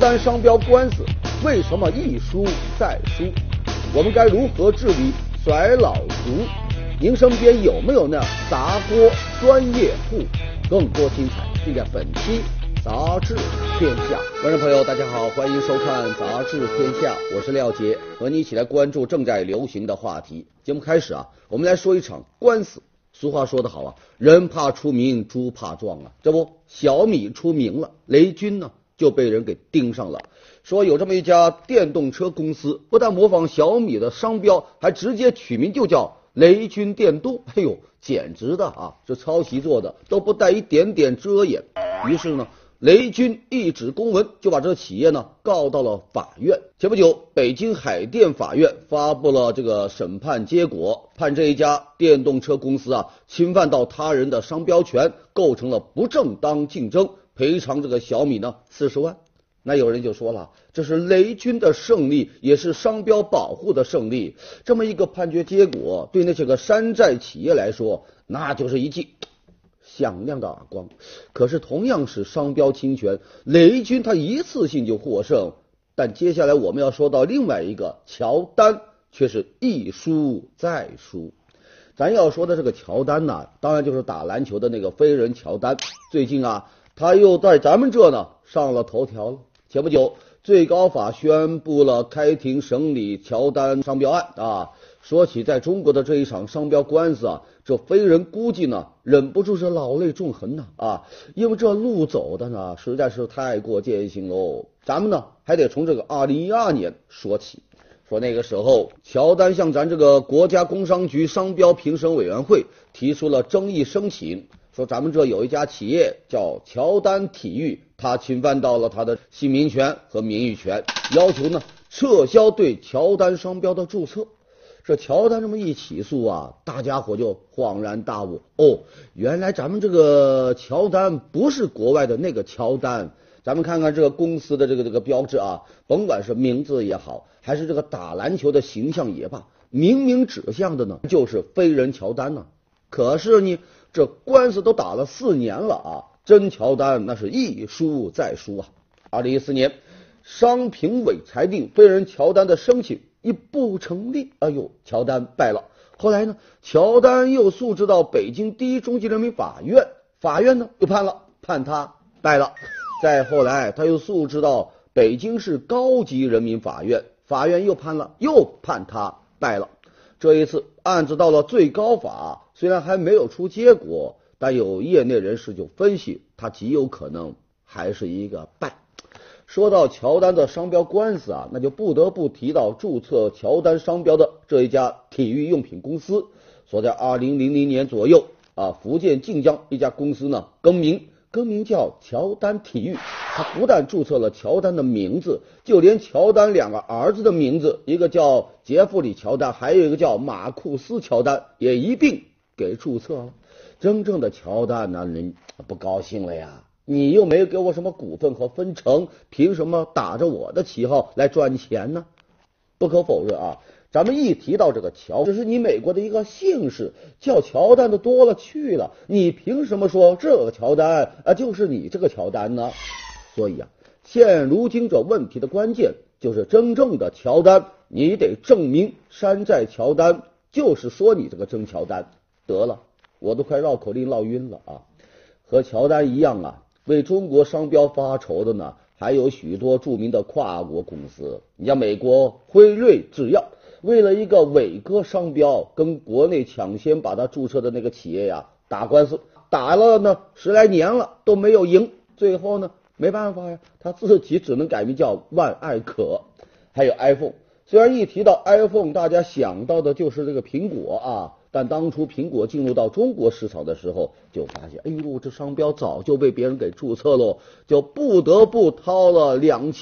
单商标官司为什么一输再输？我们该如何治理甩老族？您身边有没有那砸锅专业户？更多精彩尽在本期杂志天下。观众朋友大家好，欢迎收看杂志天下，我是廖杰，和你一起来关注正在流行的话题。节目开始我们来说一场官司。俗话说得好人怕出名猪怕壮这不小米出名了，雷军呢就被人给盯上了，说有这么一家电动车公司不但模仿小米的商标，还直接取名就叫雷军电动。哎呦，简直的这抄袭做的都不带一点点遮掩。于是呢，雷军一纸公文就把这个企业呢告到了法院。前不久，北京海淀法院发布了这个审判结果，判这一家电动车公司侵犯到他人的商标权，构成了不正当竞争，赔偿这个小米呢40万。那有人就说了，这是雷军的胜利，也是商标保护的胜利。这么一个判决结果，对那些个山寨企业来说，那就是一记响亮的耳光。可是同样是商标侵权，雷军他一次性就获胜，但接下来我们要说到另外一个乔丹，却是一输再输。咱要说的这个乔丹当然就是打篮球的那个飞人乔丹。最近他又在咱们这呢上了头条了。前不久，最高法宣布了开庭审理乔丹商标案说起在中国的这一场商标官司这飞人估计呢忍不住是老泪纵横因为这路走的呢实在是太过艰辛喽。咱们呢还得从这个2012年说起。说那个时候，乔丹向咱这个国家工商局商标评审委员会提出了争议申请，说咱们这有一家企业叫乔丹体育，他侵犯到了他的姓名权和名誉权，要求呢撤销对乔丹商标的注册。这乔丹这么一起诉大家伙就恍然大悟，原来咱们这个乔丹不是国外的那个乔丹。咱们看看这个公司的这个标志甭管是名字也好，还是这个打篮球的形象也罢，明明指向的呢就是飞人乔丹可是呢这官司都打了4年了真乔丹那是一输再输2014年，商评委裁定飞人乔丹的申请不成立，乔丹败了。后来呢，乔丹又诉至到北京第一中级人民法院，法院呢又判他败了。再后来他又诉至到北京市高级人民法院，法院又判他败了。这一次案子到了最高法，虽然还没有出结果，但有业内人士就分析，他极有可能还是一个败。说到乔丹的商标官司那就不得不提到注册乔丹商标的这一家体育用品公司。所在2000年左右福建晋江一家公司呢更名叫乔丹体育。他不但注册了乔丹的名字，就连乔丹2个儿子的名字，一个叫杰弗里乔丹，还有一个叫马库斯乔丹，也一并给注册了。真正的乔丹人不高兴了呀，你又没有给我什么股份和分成，凭什么打着我的旗号来赚钱呢？不可否认咱们一提到这个乔，这是你美国的一个姓氏，叫乔丹的多了去了，你凭什么说这个乔丹就是你这个乔丹呢？所以现如今这问题的关键就是真正的乔丹，你得证明山寨乔丹就是说你这个真乔丹。得了，我都快绕口令绕晕了和乔丹一样为中国商标发愁的呢还有许多著名的跨国公司。你像美国辉瑞制药，为了一个伟哥商标，跟国内抢先把它注册的那个企业打官司，打了呢10来年了都没有赢，最后呢没办法他自己只能改名叫万艾可。还有 iPhone， 虽然一提到 iPhone 大家想到的就是这个苹果但当初苹果进入到中国市场的时候，就发现这商标早就被别人给注册了，就不得不掏了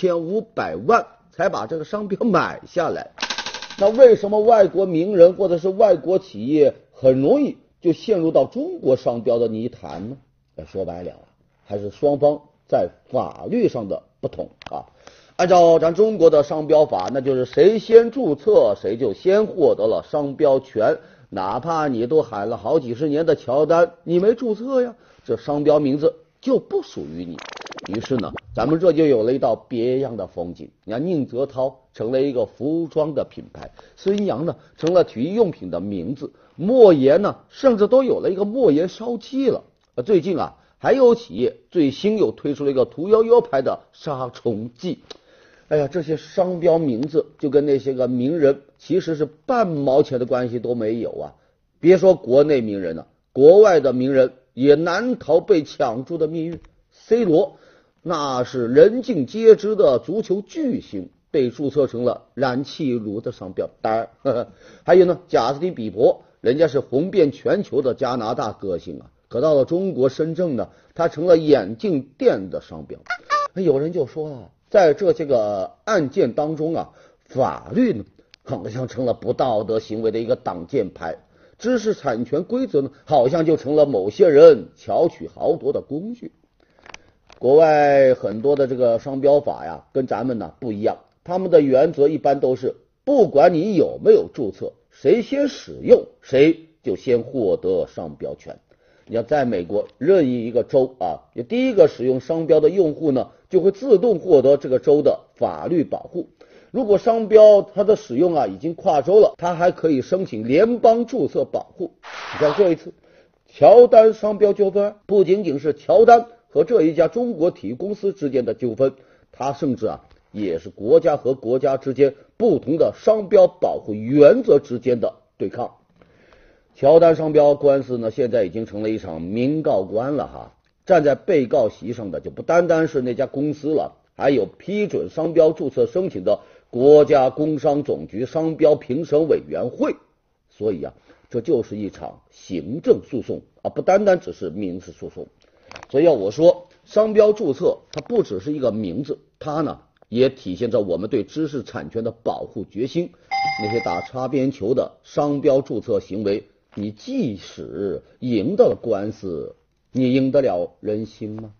2500万才把这个商标买下来。那为什么外国名人或者是外国企业很容易就陷入到中国商标的泥潭呢？说白了还是双方在法律上的不同按照咱中国的商标法，那就是谁先注册谁就先获得了商标权，哪怕你都喊了好几十年的乔丹，你没注册呀，这商标名字就不属于你。 于是呢，咱们这就有了一道别样的风景。你看，宁泽涛成了一个服装的品牌，孙杨呢成了体育用品的名字，莫言呢甚至都有了一个莫言烧鸡了。最近啊，还有企业最新又推出了一个屠呦呦牌的杀虫剂。哎呀，这些商标名字就跟那些个名人其实是半毛钱的关系都没有啊！别说国内名人了，国外的名人也难逃被抢注的命运。C 罗那是人尽皆知的足球巨星，被注册成了燃气炉的商标。当然，还有呢，贾斯汀比伯，人家是红遍全球的加拿大歌星啊，可到了中国深圳呢，他成了眼镜店的商标。有人就说了，在这些个案件当中啊，法律呢好像成了不道德行为的一个挡箭牌，知识产权规则呢好像就成了某些人巧取豪夺的工具。国外很多的这个商标法呀，跟咱们呢不一样，他们的原则一般都是不管你有没有注册，谁先使用谁就先获得商标权。你要在美国任意一个州啊，第一个使用商标的用户呢，就会自动获得这个州的法律保护。如果商标它的使用啊已经跨州了，它还可以申请联邦注册保护。你像这一次乔丹商标纠纷，不仅仅是乔丹和这一家中国体育公司之间的纠纷，它甚至啊也是国家和国家之间不同的商标保护原则之间的对抗。乔丹商标官司呢，现在已经成了一场民告官了哈。站在被告席上的就不单单是那家公司了，还有批准商标注册申请的国家工商总局商标评审委员会。所以啊，这就是一场行政诉讼啊，不单单只是民事诉讼。所以要我说，商标注册它不只是一个名字，它呢也体现着我们对知识产权的保护决心。那些打擦边球的商标注册行为，你即使赢得了官司，你赢得了人心吗？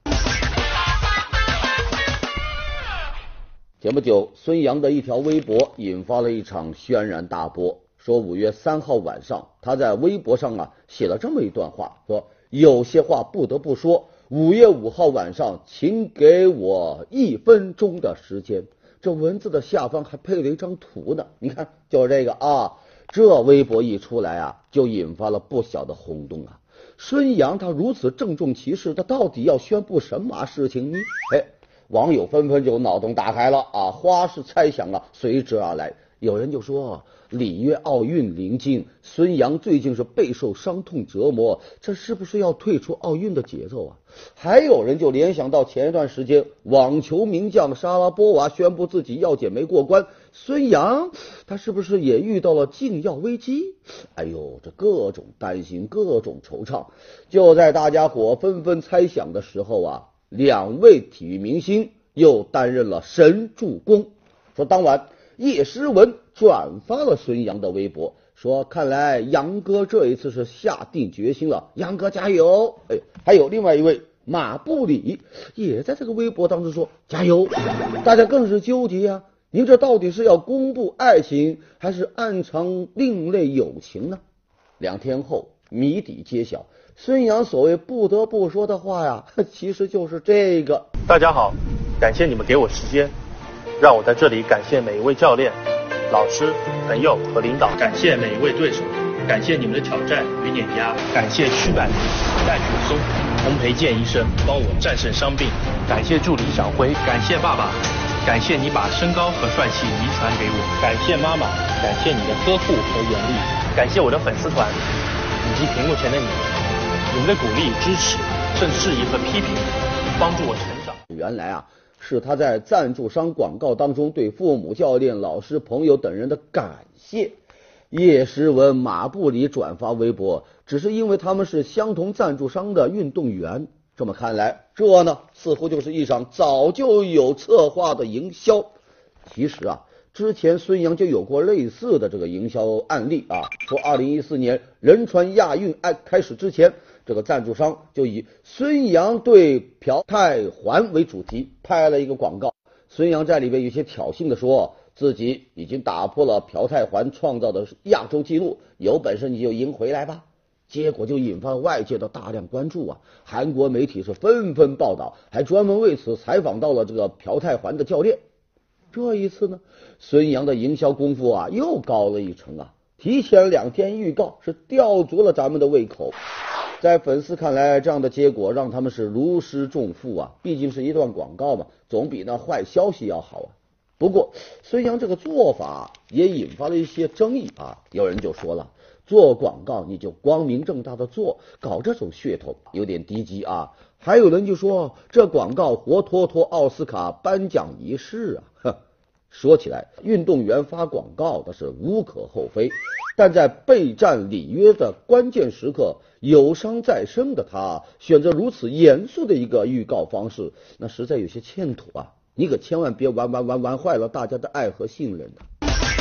节目9，孙杨的一条微博引发了一场轩然大波。说5月3号晚上，他在微博上啊写了这么一段话，说有些话不得不说，5月5号晚上，请给我1分钟的时间。这文字的下方还配了一张图呢，你看就是这个啊。这微博一出来啊，就引发了不小的轰动啊。孙杨他如此郑重其事，他到底要宣布什么事情呢？网友纷纷就脑洞大开了啊，花式猜想啊随之而来。有人就说，里约奥运临近，孙杨最近是备受伤痛折磨，这是不是要退出奥运的节奏啊？还有人就联想到前一段时间网球名将莎拉波娃宣布自己药检没过关，孙杨他是不是也遇到了禁药危机？哎呦，这各种担心，各种惆怅。就在大家伙纷纷猜想的时候啊，2位体育明星又担任了神助攻。说当晚叶诗文转发了孙杨的微博，说看来杨哥这一次是下定决心了，杨哥加油。还有另外一位马布里也在这个微博当中说加油。大家更是纠结啊，您这到底是要公布爱情还是暗藏另类友情呢？2天后谜底揭晓，孙杨所谓不得不说的话呀，其实就是这个。 大家好，感谢你们给我时间，让我在这里感谢每一位教练、老师、朋友和领导，感谢每一位对手，感谢你们的挑战与碾压，感谢曲百灵、戴雪松、洪培健医生帮我战胜伤病，感谢助理小辉，感谢爸爸，感谢你把身高和帅气遗传给我，感谢妈妈，感谢你的呵护和严厉，感谢我的粉丝团以及屏幕前的你们的鼓励、支持，甚至质疑和批评，帮助我成长。 原来啊，是他在赞助商广告当中对父母、教练、老师、朋友等人的感谢。叶诗文、马布里转发微博，只是因为他们是相同赞助商的运动员。这么看来，这呢似乎就是一场早就有策划的营销。其实啊，之前孙杨就有过类似的这个营销案例啊，说2014年仁川亚运开始之前，这个赞助商就以孙杨对朴泰桓为主题拍了一个广告。孙杨在里边有些挑衅的说，自己已经打破了朴泰桓创造的亚洲纪录，有本事你就赢回来吧。 结果就引发外界的大量关注啊！韩国媒体是纷纷报道，还专门为此采访到了这个朴泰桓的教练。这一次呢，孙杨的营销功夫啊又高了一层啊！提前2天预告是吊足了咱们的胃口。在粉丝看来，这样的结果让他们是如释重负啊！毕竟是一段广告嘛，总比那坏消息要好啊。不过，孙杨这个做法也引发了一些争议啊！有人就说了，做广告你就光明正大的做，搞这种噱头有点低级啊！还有人就说，这广告活脱脱奥斯卡颁奖仪式啊！哼，说起来，运动员发广告那是无可厚非，但在备战里约的关键时刻，有伤在身的他选择如此严肃的一个预告方式，那实在有些欠妥啊！你可千万别玩坏了大家的爱和信任的。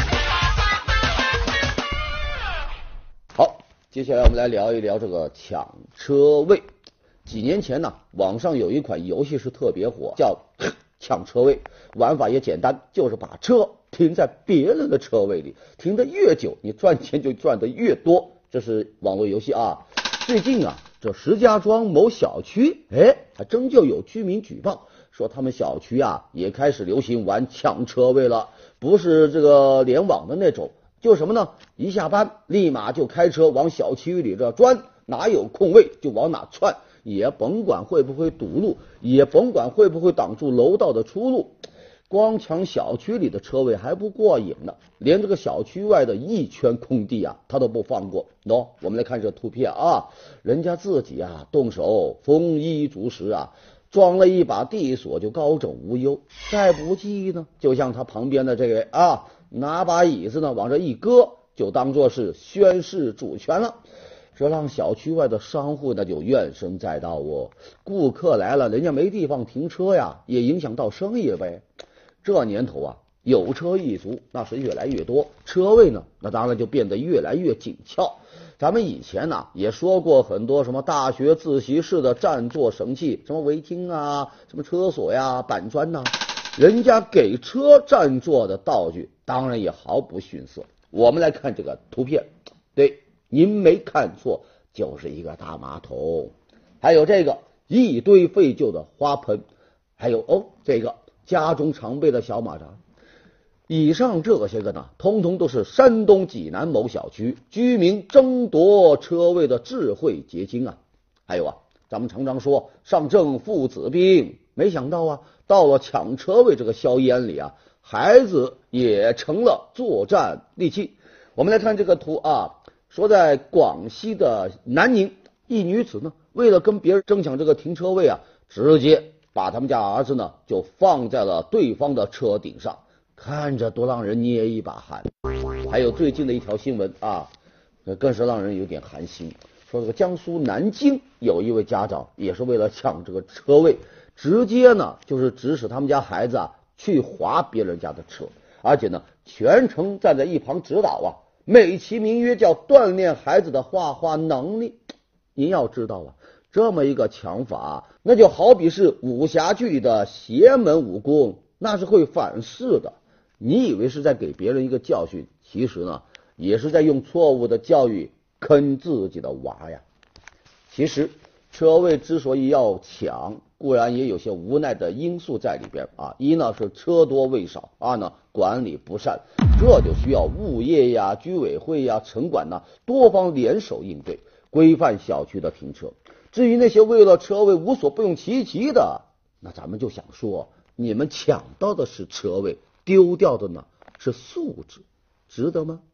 好，接下来我们来聊一聊这个抢车位。几年前呢，网上有一款游戏是特别火，叫抢车位，玩法也简单，就是把车停在别人的车位里，停得越久，你赚钱就赚得越多。这是网络游戏啊。最近啊，这石家庄某小区，还真就有居民举报说他们小区啊也开始流行玩抢车位了，不是这个联网的那种，就什么呢？一下班立马就开车往小区里这钻，哪有空位就往哪窜，也甭管会不会堵路，也甭管会不会挡住楼道的出路。光抢小区里的车位还不过瘾呢，连这个小区外的一圈空地啊他都不放过。我们来看这图片啊，人家自己啊动手丰衣足食啊，装了一把地锁就高枕无忧。再不济呢，就像他旁边的这个啊，拿把椅子呢往这一搁，就当作是宣示主权了。这让小区外的商户那就怨声载道哦，顾客来了人家没地方停车呀，也影响到生意呗。这年头啊，有车一族那是越来越多，车位呢那当然就变得越来越紧俏。咱们以前呢也说过很多什么大学自习室的占座神器，什么围巾啊，什么车锁呀，板砖呐，人家给车占座的道具当然也毫不逊色。我们来看这个图片，对，您没看错，就是一个大马桶，还有这个一堆废旧的花盆，还有这个家中常备的小马扎。以上这些个呢，通通都是山东济南某小区居民争夺车位的智慧结晶啊！还有啊，咱们常常说上阵父子兵，没想到啊，到了抢车位这个硝烟里啊，孩子也成了作战利器。我们来看这个图啊，说在广西的南宁，一女子呢，为了跟别人争抢这个停车位啊，直接把他们家儿子呢就放在了对方的车顶上，看着多让人捏一把汗。还有最近的一条新闻啊，更是让人有点寒心，说这个江苏南京有一位家长也是为了抢这个车位，直接呢就是指使他们家孩子啊去划别人家的车，而且呢全程站在一旁指导啊，美其名曰叫锻炼孩子的画画能力。您要知道啊，这么一个抢法，那就好比是武侠剧里的邪门武功，那是会反噬的。你以为是在给别人一个教训，其实呢也是在用错误的教育坑自己的娃呀。其实车位之所以要抢，固然也有些无奈的因素在里边啊。一呢是车多位少，二呢管理不善，这就需要物业呀、居委会呀、城管呐多方联手应对，规范小区的停车。至于那些为了车位无所不用其极的，那咱们就想说，你们抢到的是车位，丢掉的呢是素质，值得吗？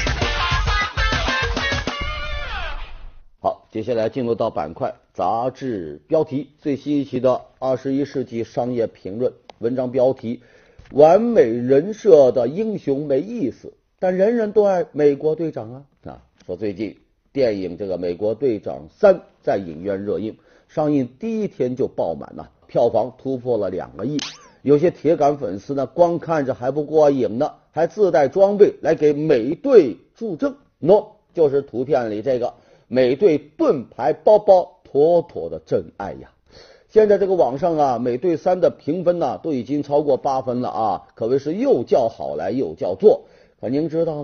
好，接下来进入到板块杂志标题，最新一期的21世纪商业评论，文章标题：完美人设的英雄没意思，但人人都爱美国队长啊！说最近电影这个美国队长3在影院热映，上映第一天就爆满了，票房突破了2个亿。有些铁杆粉丝呢，光看着还不过瘾呢，还自带装备来给美队助阵。就是图片里这个美队盾牌包包，妥妥的真爱呀！现在这个网上啊，美队3的评分呢都已经超过8分了啊，可谓是又叫好来又叫座。可您知道吗？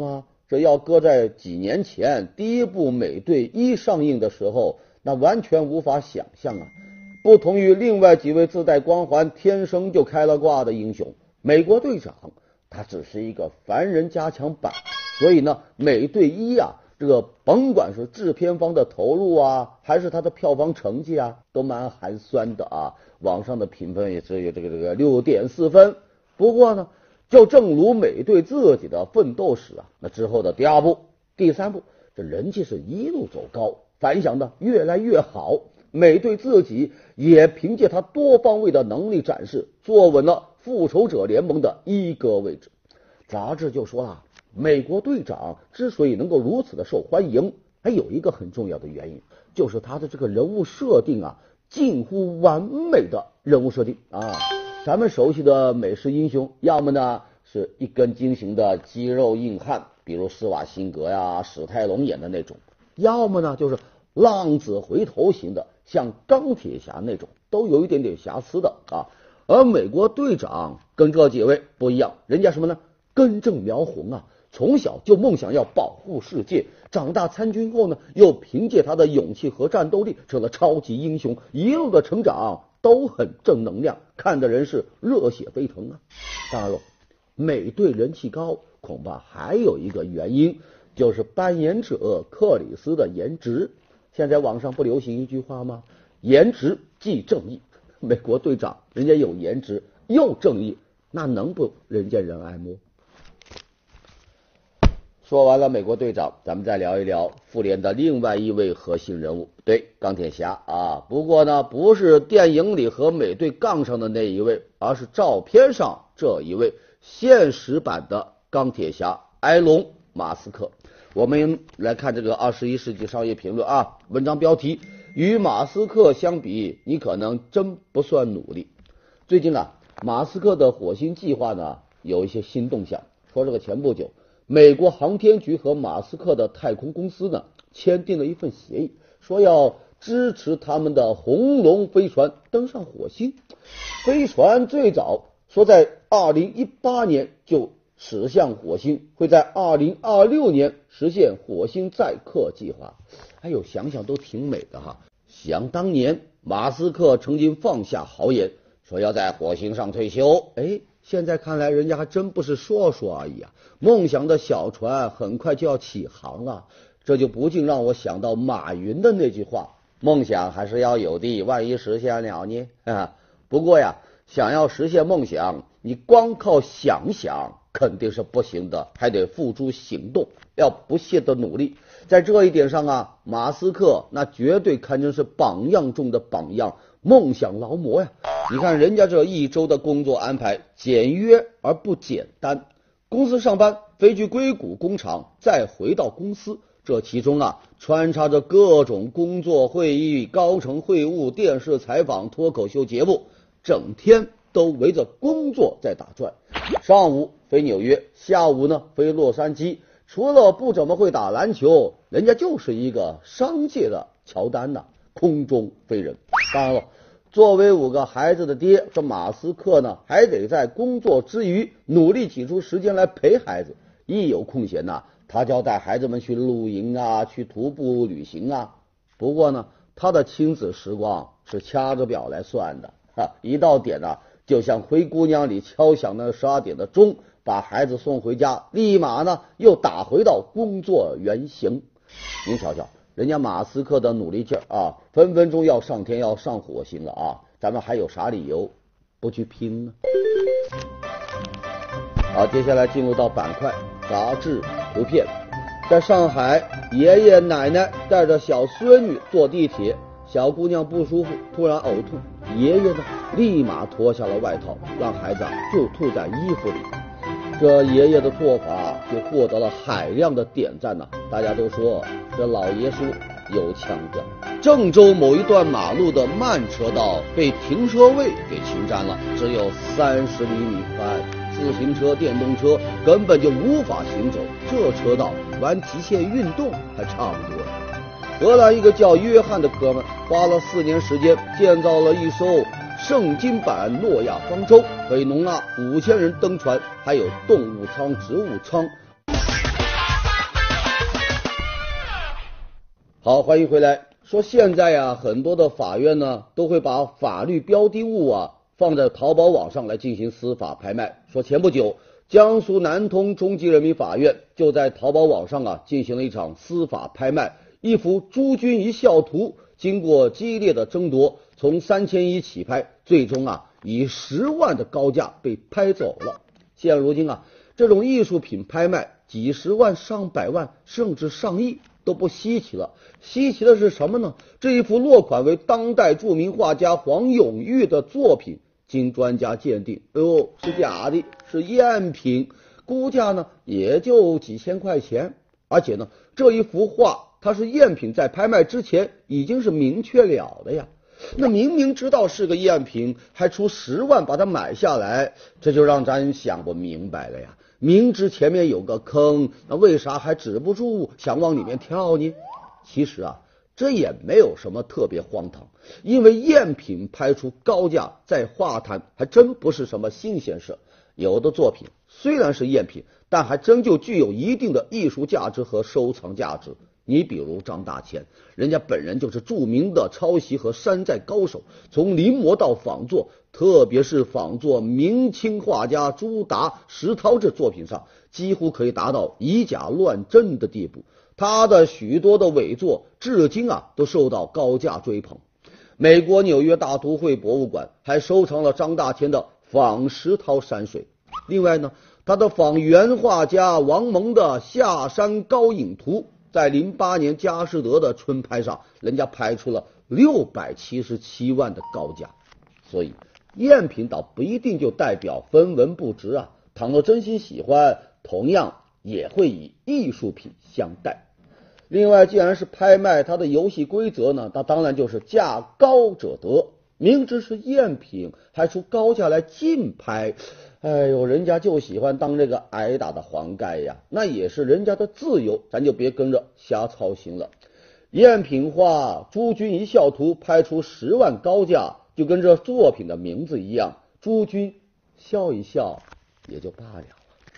这要搁在几年前第一部美队一上映的时候，那完全无法想象啊。不同于另外几位自带光环天生就开了挂的英雄，美国队长他只是一个凡人加强版，所以呢美队一啊，这个甭管是制片方的投入啊，还是它的票房成绩啊，都蛮寒酸的啊。网上的评分也只有这个6.4分。不过呢，就正如美队自己的奋斗史啊，那之后的第2部、第3部，这人气是一路走高，反响的越来越好。美队自己也凭借他多方位的能力展示，坐稳了复仇者联盟的一哥位置。杂志就说了，美国队长之所以能够如此的受欢迎，还有一个很重要的原因，就是他的这个人物设定啊，近乎完美的人物设定啊。咱们熟悉的美式英雄，要么呢是一根筋型的肌肉硬汉，比如施瓦辛格呀、史泰龙演的那种，要么呢就是浪子回头型的，像钢铁侠那种，都有一点点瑕疵的啊。而美国队长跟这几位不一样，人家什么呢？根正苗红啊，从小就梦想要保护世界，长大参军后呢，又凭借他的勇气和战斗力成了超级英雄，一路的成长都很正能量，看的人是热血沸腾啊。当然了，美队人气高，恐怕还有一个原因，就是扮演者克里斯的颜值。现在网上不流行一句话吗？颜值即正义。美国队长人家有颜值又正义，那能不人见人爱吗？说完了美国队长，咱们再聊一聊复联的另外一位核心人物，对，钢铁侠啊。不过呢，不是电影里和美队杠上的那一位，而是照片上这一位，现实版的钢铁侠埃隆·马斯克。我们来看这个21世纪商业评论啊，文章标题：与马斯克相比，你可能真不算努力。最近啊，马斯克的火星计划呢有一些新动向。说这个前不久，美国航天局和马斯克的太空公司呢签订了一份协议，说要支持他们的红龙飞船登上火星。飞船最早说在2018年就驶向火星，会在2026年实现火星载客计划。哎呦，想想都挺美的哈。想当年马斯克曾经放下豪言，说要在火星上退休。哎，现在看来人家还真不是说说而已啊，梦想的小船很快就要起航了。这就不禁让我想到马云的那句话，梦想还是要有的，万一实现了呢？不过呀，想要实现梦想，你光靠想想肯定是不行的，还得付诸行动，要不懈的努力。在这一点上啊，马斯克那绝对堪称是榜样中的榜样，梦想劳模呀。你看人家这一周的工作安排，简约而不简单。公司上班，飞去硅谷工厂，再回到公司，这其中啊穿插着各种工作会议、高层会晤、电视采访、脱口秀节目，整天都围着工作在打转。上午飞纽约，下午呢飞洛杉矶。除了不怎么会打篮球，人家就是一个商界的乔丹呐，空中飞人。当然了，作为5个孩子的爹，这马斯克呢还得在工作之余努力挤出时间来陪孩子。一有空闲呐，他就要带孩子们去露营啊，去徒步旅行啊。不过呢，他的亲子时光是掐着表来算的一到点啊，就像灰姑娘里敲响那12点的钟，把孩子送回家，立马呢又打回到工作原形。您瞧瞧人家马斯克的努力劲啊，分分钟要上天要上火星了啊，咱们还有啥理由不去拼呢？好，接下来进入到板块杂志图片。在上海，爷爷奶奶带着小孙女坐地铁，小姑娘不舒服突然呕吐，爷爷呢立马脱下了外套，让孩子就吐在衣服里。这爷爷的做法就获得了海量的点赞呐，大家都说这老爷叔有腔调。郑州某一段马路的慢车道被停车位给侵占了，只有30厘米宽，自行车、电动车根本就无法行走，这车道玩极限运动还差不多。荷兰一个叫约翰的哥们花了4年时间建造了一艘圣经版诺亚方舟，可以容纳5000人登船，还有动物舱、植物舱。 好，欢迎回来。说现在呀，很多的法院呢都会把法律标的物啊放在淘宝网上来进行司法拍卖。说前不久，江苏南通中级人民法院就在淘宝网上啊进行了一场司法拍卖，一幅诸君一笑图经过激烈的争夺，从3100起拍，最终啊以10万的高价被拍走了。现如今啊，这种艺术品拍卖几十万、上百万，甚至上亿都不稀奇了。稀奇的是什么呢？这一幅落款为当代著名画家黄永玉的作品，经专家鉴定，是假的，是赝品，估价呢也就几千块钱。而且呢，这一幅画它是赝品，在拍卖之前已经是明确了的呀。那明明知道是个赝品，还出10万把它买下来，这就让咱想不明白了呀。明知前面有个坑，那为啥还止不住想往里面跳呢？其实啊，这也没有什么特别荒唐，因为赝品拍出高价在画坛还真不是什么新鲜事。有的作品虽然是赝品，但还真就具有一定的艺术价值和收藏价值。你比如张大千，人家本人就是著名的抄袭和山寨高手，从临摹到仿作，特别是仿作明清画家朱达、石涛这作品上，几乎可以达到以假乱真的地步。他的许多的伪作至今啊都受到高价追捧。美国纽约大都会博物馆还收藏了张大千的仿石涛山水。另外呢，他的仿原画家王蒙的下山高影图，在08年佳士得的春拍上，人家拍出了677万的高价。所以赝品倒不一定就代表分文不值啊，倘若真心喜欢，同样也会以艺术品相待。另外，既然是拍卖，它的游戏规则呢，那当然就是价高者得。明知是赝品，还出高价来竞拍，哎呦，人家就喜欢当这个挨打的黄盖呀，那也是人家的自由，咱就别跟着瞎操心了。赝品画诸君一笑图拍出10万高价，就跟这作品的名字一样，诸君笑一笑也就罢了。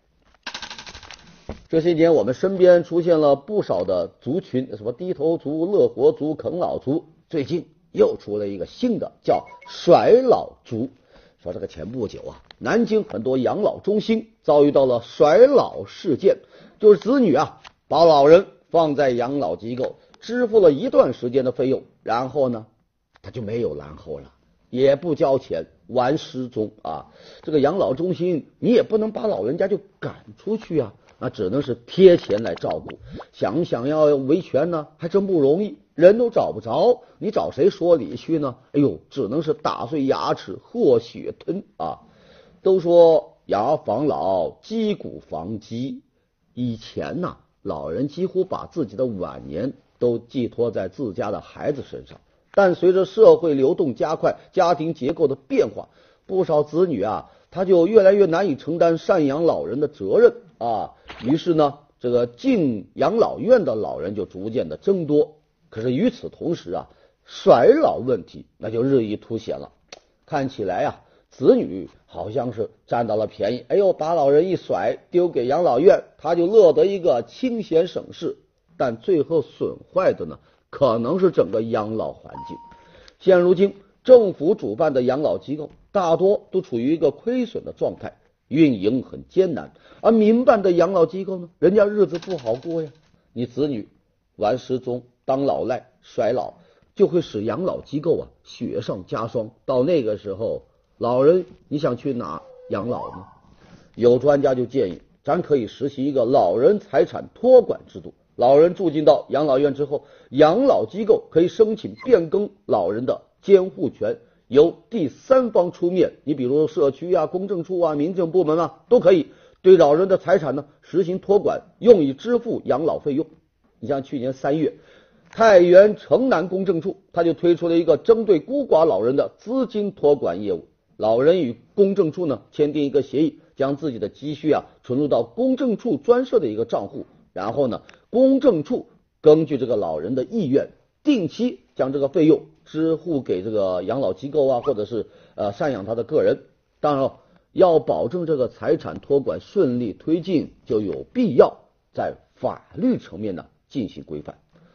这些年我们身边出现了不少的族群，什么低头族、乐活族、啃老族，最近又出了一个新的叫甩老族。说这个前不久啊，南京很多养老中心遭遇到了甩老事件，就是子女啊把老人放在养老机构，支付了一段时间的费用，然后呢他就没有然后了，也不交钱，玩失踪啊。这个养老中心你也不能把老人家就赶出去啊，那只能是贴钱来照顾。想要维权呢，还真不容易，人都找不着，你找谁说理去呢？哎呦，只能是打碎牙齿或血吞啊。都说牙防老，击鼓防饥。以前呢，老人几乎把自己的晚年都寄托在自家的孩子身上，但随着社会流动加快，家庭结构的变化，不少子女啊，他就越来越难以承担赡养老人的责任啊。于是呢，这个进养老院的老人就逐渐的增多。可是与此同时啊，甩老问题那就日益凸显了。看起来啊，子女好像是占到了便宜，哎呦，把老人一甩丢给养老院，他就乐得一个清闲省事，但最后损坏的呢，可能是整个养老环境。现如今政府主办的养老机构大多都处于一个亏损的状态，运营很艰难，而民办的养老机构呢，人家日子不好过呀。你子女玩失踪、当老赖、甩老，就会使养老机构啊雪上加霜。到那个时候，老人你想去哪养老呢？有专家就建议，咱可以实行一个老人财产托管制度。老人住进到养老院之后，养老机构可以申请变更老人的监护权，由第三方出面，你比如社区啊、公证处啊、民政部门啊，都可以对老人的财产呢实行托管，用以支付养老费用。你像去年3月，太原城南公证处他就推出了一个针对孤寡老人的资金托管业务。老人与公证处呢签订一个协议，将自己的积蓄啊存入到公证处专设的一个账户，然后呢，公证处根据这个老人的意愿，定期将这个费用支付给这个养老机构啊，或者是赡养他的个人。当然要保证这个财产托管顺利推进，就有必要在法律层面呢进行规范。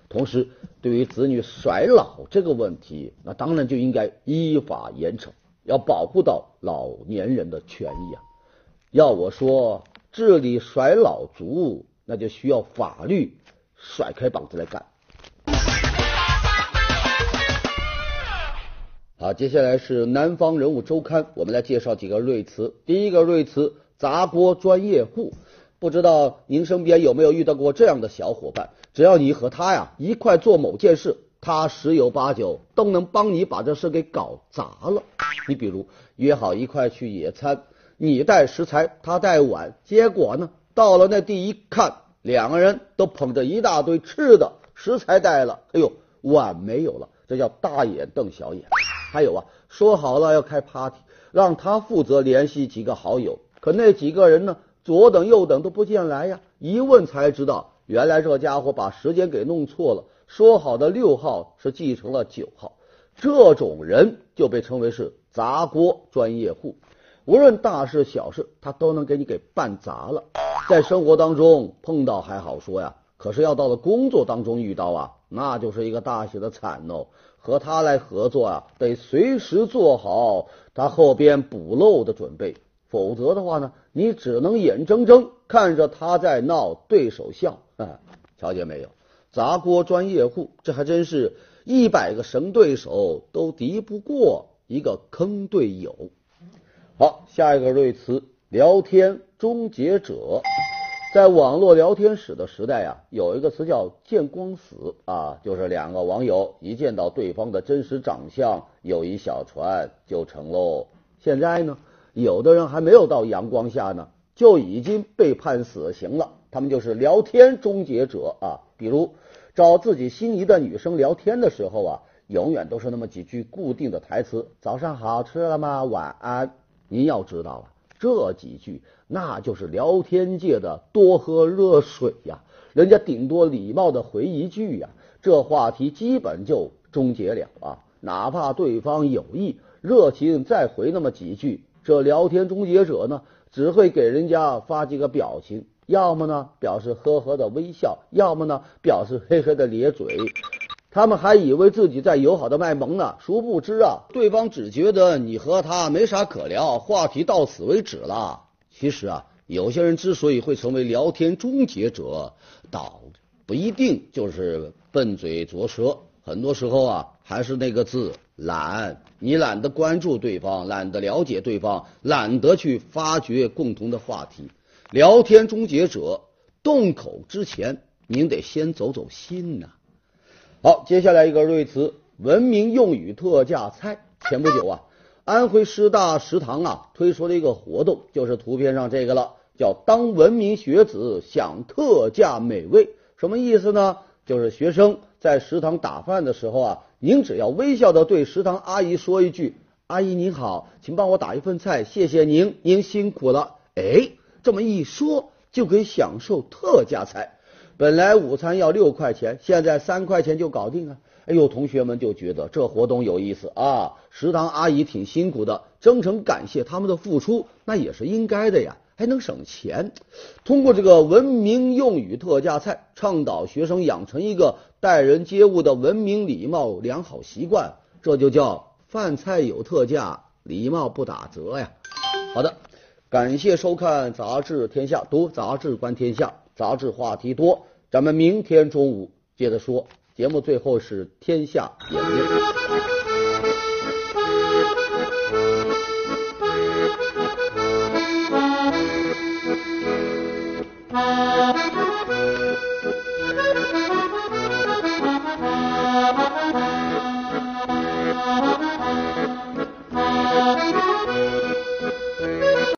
同时，对于子女衰老这个问题，那当然就应该依法严惩，要保护到老年人的权益啊。要我说，治理衰老族，那就需要法律甩开膀子来干。好，接下来是南方人物周刊，我们来介绍几个锐词。第一个锐词，砸锅专业户。不知道您身边有没有遇到过这样的小伙伴，只要你和他一块做某件事，他十有八九都能帮你把这事给搞砸了。你比如约好一块去野餐，你带食材，他带碗，结果呢，到了那地一看，两个人都捧着一大堆吃的，食材带了，哎呦，碗没有了，这叫大眼瞪小眼。还有说好了要开 party， 让他负责联系几个好友，可那几个人呢，左等右等都不见来呀，一问才知道，原来这家伙把时间给弄错了，说好的6号是记成了9号。这种人就被称为是砸锅专业户，无论大事小事，他都能给你给办砸了。在生活当中碰到还好说呀，可是要到了工作当中遇到那就是一个大写的惨哦。和他来合作得随时做好他后边补漏的准备，否则的话呢，你只能眼睁睁看着他在闹，对手笑。瞧见没有，砸锅专业户，这还真是100个神对手都敌不过一个坑队友。好，下一个锐词，聊天终结者。在网络聊天室的时代有一个词叫见光死就是2个网友一见到对方的真实长相，友谊小船就成喽。现在呢，有的人还没有到阳光下呢，就已经被判死刑了，他们就是聊天终结者比如找自己心仪的女生聊天的时候永远都是那么几句固定的台词，早上好，吃了吗，晚安。您要知道这几句那就是聊天界的多喝热水人家顶多礼貌的回一句这话题基本就终结了哪怕对方有意热情再回那么几句，这聊天终结者呢，只会给人家发几个表情，要么呢表示呵呵的微笑，要么呢表示嘿嘿的咧嘴。他们还以为自己在友好的卖萌呢，殊不知对方只觉得你和他没啥可聊，话题到此为止了。其实有些人之所以会成为聊天终结者，倒不一定就是笨嘴拙舌，很多时候还是那个字懒。你懒得关注对方，懒得了解对方，懒得去发掘共同的话题。聊天终结者动口之前，您得先走走心好，接下来一个锐词，文明用语特价菜。前不久安徽师大食堂推出了一个活动，就是图片上这个了，叫当文明学子享特价美味。什么意思呢？就是学生在食堂打饭的时候您只要微笑的对食堂阿姨说一句，阿姨您好，请帮我打一份菜，谢谢您，您辛苦了。这么一说就可以享受特价菜。本来午餐要6块钱，现在3块钱就搞定同学们就觉得这活动有意思食堂阿姨挺辛苦的，真诚感谢他们的付出，那也是应该的还能省钱。通过这个文明用语特价菜，倡导学生养成一个待人接物的文明礼貌良好习惯，这就叫饭菜有特价，礼貌不打折好的，感谢收看杂志天下，读杂志观天下，杂志话题多，咱们明天中午接着说。节目最后是天下演练。